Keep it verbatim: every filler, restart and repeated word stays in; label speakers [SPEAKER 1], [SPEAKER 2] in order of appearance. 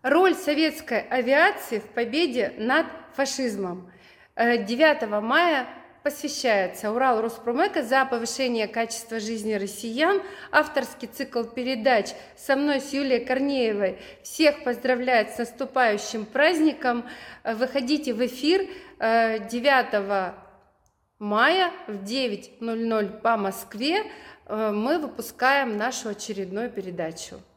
[SPEAKER 1] Роль советской авиации в победе над фашизмом. девятого мая посвящается Урал Роспромека за повышение качества жизни россиян. Авторский цикл передач со мной, с Юлией Корнеевой. Всех поздравляет с наступающим праздником. Выходите в эфир девятого мая в девять ноль ноль по Москве. Мы выпускаем нашу очередную передачу.